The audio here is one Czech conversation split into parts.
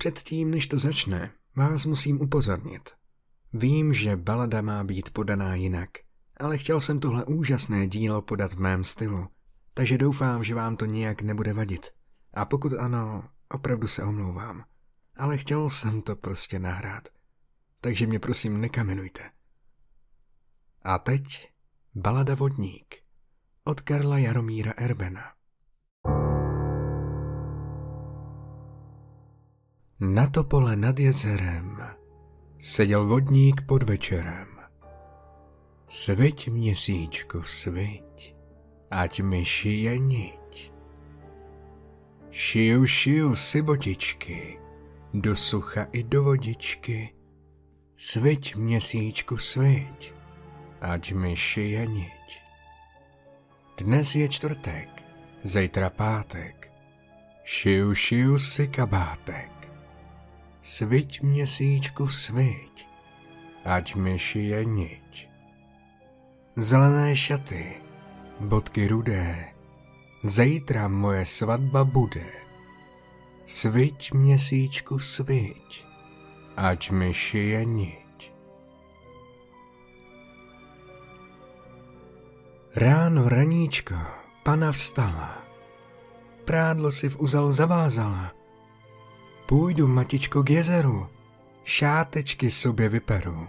Předtím, než to začne, vás musím upozornit. Vím, že balada má být podaná jinak, ale chtěl jsem tohle úžasné dílo podat v mém stylu, takže doufám, že vám to nijak nebude vadit. A pokud ano, opravdu se omlouvám. Ale chtěl jsem to prostě nahrát. Takže mě prosím nekamenujte. A teď balada Vodník od Karla Jaromíra Erbena. Na topole nad jezerem seděl vodník pod večerem. Sviť, měsíčku, sviť, ať mi šije niť. Šiju si botičky, do sucha i do vodičky. Sviť, měsíčku, sviť, ať mi šije niť. Dnes je čtvrtek, zítra pátek, šiju si kabátek. Sviť, měsíčku, sviť, ať mi šije niť. Zelené šaty, bodky rudé, zítra moje svatba bude. Sviť, měsíčku, sviť, ať mi šije niť. Ráno raníčko pana vstala, prádlo si v uzal zavázala. Půjdu, matičko, k jezeru, šátečky sobě vyperu.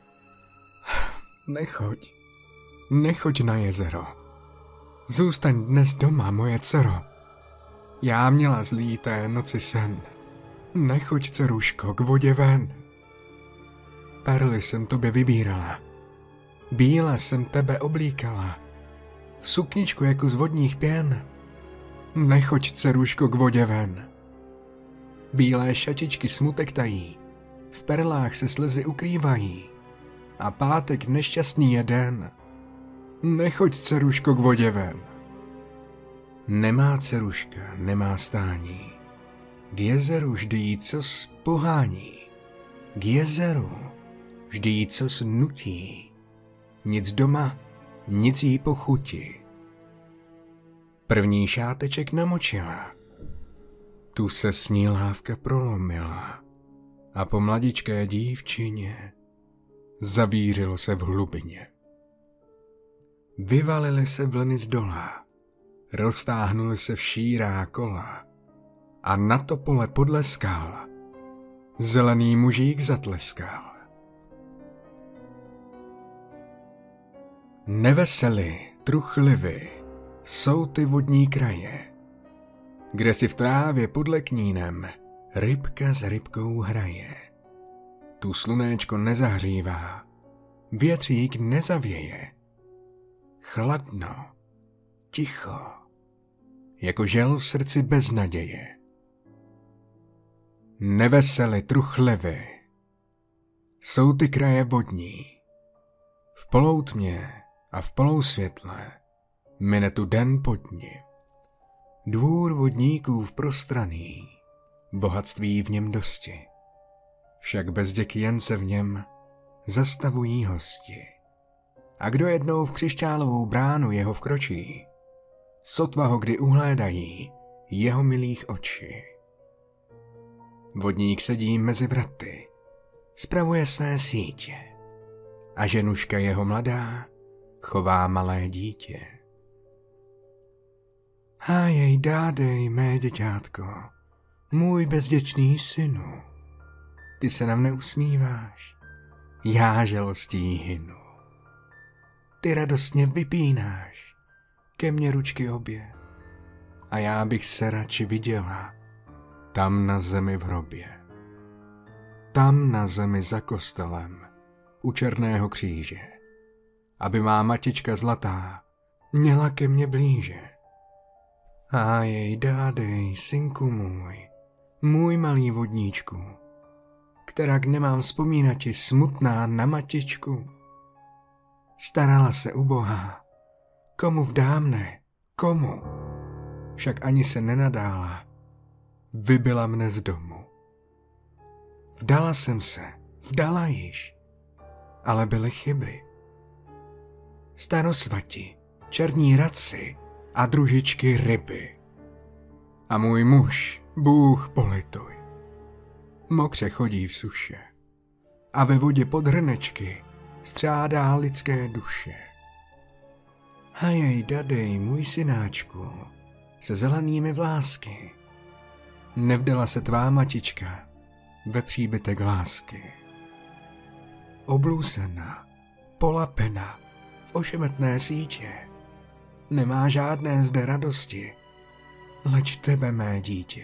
Nechoď na jezero. Zůstaň dnes doma, moje dcero. Já měla zlý té noci sen. Nechoď, dceruško, k vodě ven. Perly jsem tobě vybírala. Bíle jsem tebe oblíkala. V sukničku jako z vodních pěn. Nechoď, dceruško, k vodě ven. Bílé šatičky smutek tají, v perlách se slzy ukrývají. A pátek nešťastný je den. Nechoď, dceruško, k vodě ven. Nemá dceruška, nemá stání. K jezeru vždy jí cos pohání. K jezeru vždy jí cos nutí. Nic doma, nic jí pochutí. První šáteček namočila. Tu se s ní lávka prolomila a po mladičké dívčině zavířilo se v hlubině. Vyvalily se vlny z dola, roztáhnuly se v šírá kola a na topole podle skal zelený mužík zatleskal. Nevesely, truchlivy jsou ty vodní kraje, kde si v trávě podle knínem rybka s rybkou hraje. Tu slunéčko nezahřívá, větřík nezavěje. Chladno, ticho, jako žel v srdci bez naděje. Nevesely, truchlivy jsou ty kraje vodní. V poloutmě a v polousvětle mine tu den pod ní. Dvůr vodníků v prostraný, bohatství v něm dosti. Však bezděky jen se v něm zastavují hosti. A kdo jednou v křišťálovou bránu jeho vkročí, sotva ho kdy uhlédají jeho milých oči. Vodník sedí mezi vraty, spravuje své sítě a ženuška jeho mladá chová malé dítě. Hájej, dádej, mé děťátko, můj bezděčný synu. Ty se nám neusmíváš, já žalostí hynu. Ty radostně vypínáš ke mně ručky obě a já bych se radši viděla tam na zemi v hrobě. Tam na zemi za kostelem u černého kříže, aby má matička zlatá měla ke mně blíže. Hájej, dádej, synku můj malý vodníčku, kterak nemám vzpomínati smutná na matičku. Starala se ubohá, komu vdámne, komu, však ani se nenadála, vybila mne z domu. Vdala jsem se, vdala již, ale byly chyby. Starosvati, černí radci a družičky ryby. A můj muž, Bůh polituj, mokře chodí v suše a ve vodě pod hrnečky střádá lidské duše. Hajej, dadej, můj synáčku, se zelenými vlásky, nevdala se tvá matička ve příbytek lásky. Oblůsena, polapena, v ošemetné sítě, nemá žádné zde radosti, leč tebe, mé dítě.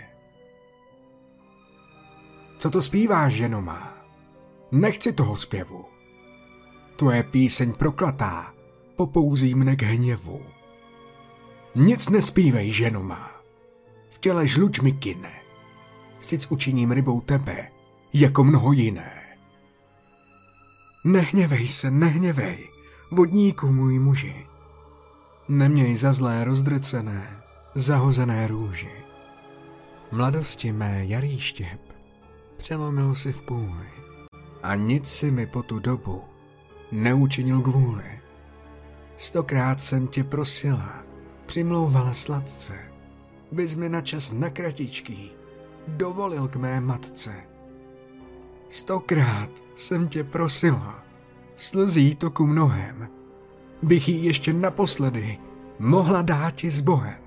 Co to zpíváš, ženo má? Nechci toho zpěvu. Tvoje píseň proklatá popouzí mne k hněvu. Nic nespívej, ženo má, v těle žluč mi kyne, sic učiním rybou tebe, jako mnoho jiné. Nehněvej se, nehněvej, vodníku můj muži, neměj za zlé rozdrcené, zahozené růži. Mladosti mé jarý štěp přelomil si v půli a nic si mi po tu dobu neučinil kvůli. 100krát jsem tě prosila, přimlouvala sladce, bys mi na čas na kratičký dovolil k mé matce. 100krát jsem tě prosila, slzí toku mnohem, bych jí ještě naposledy mohla dáti s Bohem.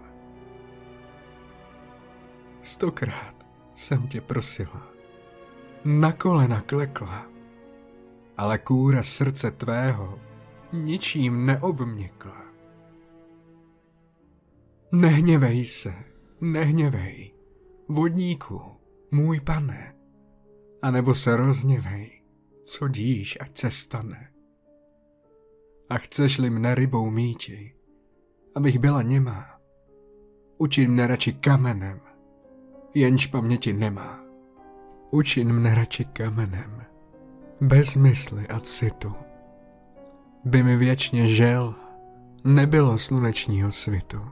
100krát jsem tě prosila, na kolena klekla, ale kůra srdce tvého ničím neobměkla. Nehněvej se, nehněvej, vodníku, můj pane, anebo se rozhněvej, co díš, ať se stane. A chceš-li mne rybou míti, abych byla němá, učin mne radši kamenem, jenž paměti nemá. Učin mne radši kamenem, bez mysli a citu, by mi věčně žel nebylo slunečního svitu.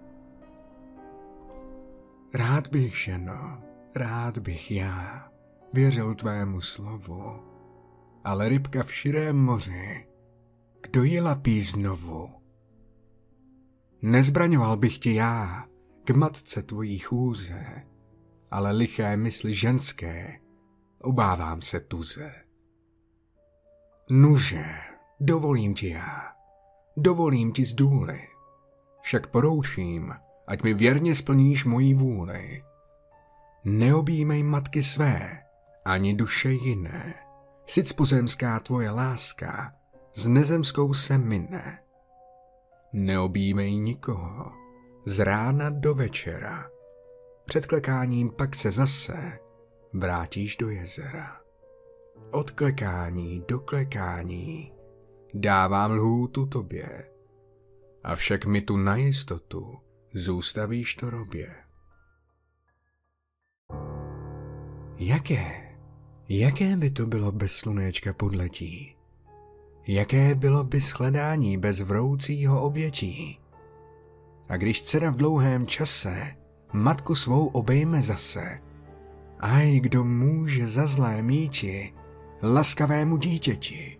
Rád bych, ženo, rád bych já věřil tvému slovu, ale rybka v širém moři, kdo ji lapí znovu? Nezbraňoval bych ti já k matce tvojí chůze, ale liché mysli ženské obávám se tuze. Nuže, dovolím ti já, dovolím ti z důly, však poroučím, ať mi věrně splníš mojí vůli. Neobjímej matky své, ani duše jiné, sic pozemská tvoje láska s nezemskou se mine. Neobjímej nikoho, z rána do večera, před klekáním pak se zase vrátíš do jezera. Od klekání do klekání dávám lhůtu tobě, avšak mi tu na jistotu zůstavíš to robě. Jaké by to bylo bez slunečka podletí? Jaké bylo by shledání bez vroucího obětí? A když dcera v dlouhém čase matku svou obejme zase, aj kdo může za zlé míti laskavému dítěti?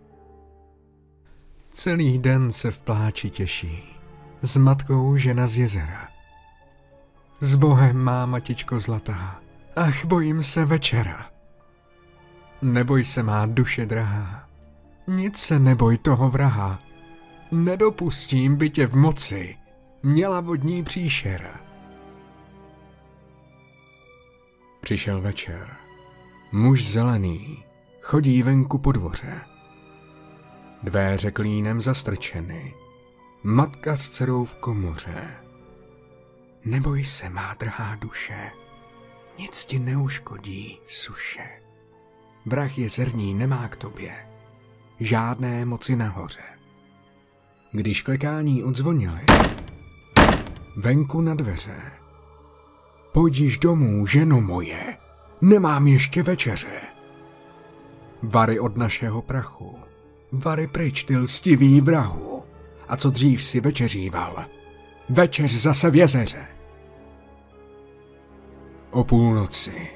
Celý den se v pláči těší, s matkou žena z jezera. S Bohem má matičko zlatá, ach, bojím se večera. Neboj se, má duše drahá, nic se neboj toho vraha, nedopustím, by tě v moci měla vodní příšera. Přišel večer, muž zelený chodí venku po dvoře. Dvéře klínem zastrčeny, matka s dcerou v komoře. Neboj se, má drahá duše, nic ti neuškodí, suše. Vrah jezerní nemá k tobě žádné moci nahoře. Když klekání odzvonili, venku na dveře. Pojď již domů, ženo moje, nemám ještě večeře. Vary od našeho prachu, vary pryč, ty lstivý vrahu, a co dřív si večeříval, večeř zase v jezeře. O půlnoci.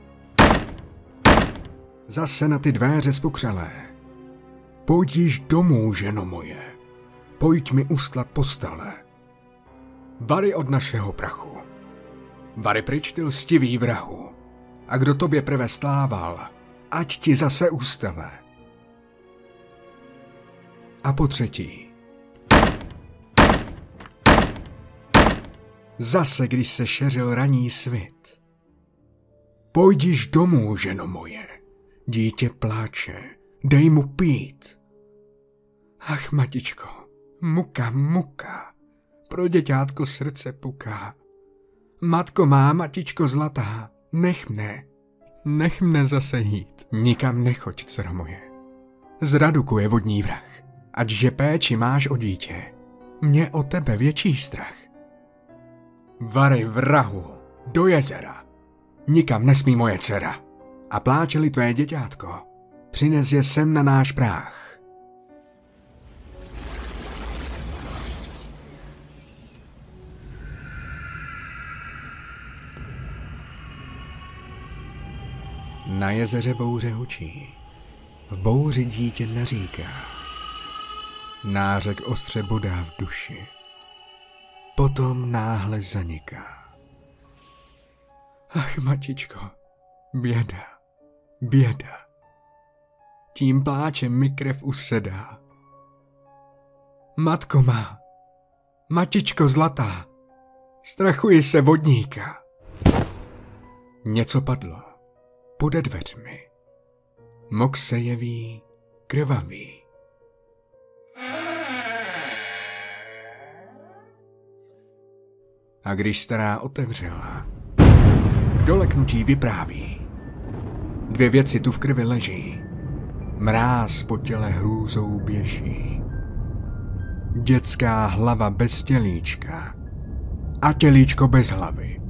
Zase na ty dvéře spokřelé. Pojď již domů, ženo moje, pojď mi ustlat postele. Vary od našeho prachu, vary pryč, ty lstivý vrahu, A kdo tobě prve slával, ať ti zase ustale. A po třetí. Zase, když se šeřil ranní svit. Pojď již domů, ženo moje, dítě pláče, dej mu pít. Ach, matičko, muka, muka, pro děťátko srdce puká. Matko má, matičko zlatá, nech mne zase jít. Nikam nechoď, dcero moje. Zradukuje vodní vrah, ačže péči máš o dítě. Mě o tebe větší strach. Varej vrahu, do jezera. Nikam nesmí moje dcera. A pláče-li tvé děťátko, přines je sem na náš práh. Na jezeře bouře hučí, v bouři dítě neříká. Nářek ostře bodá v duši, potom náhle zaniká. Ach, matičko, běda, běda, tím pláčem mi krev usedá. Matko má, matičko zlatá, strachuji se vodníka. Něco padlo pode dveřmi. Mok se jeví krvavý. A když stará otevřela, kdo leknutí vypráví. Dvě věci tu v krvi leží, mráz po těle hrůzou běží. Dětská hlava bez tělíčka a tělíčko bez hlavy.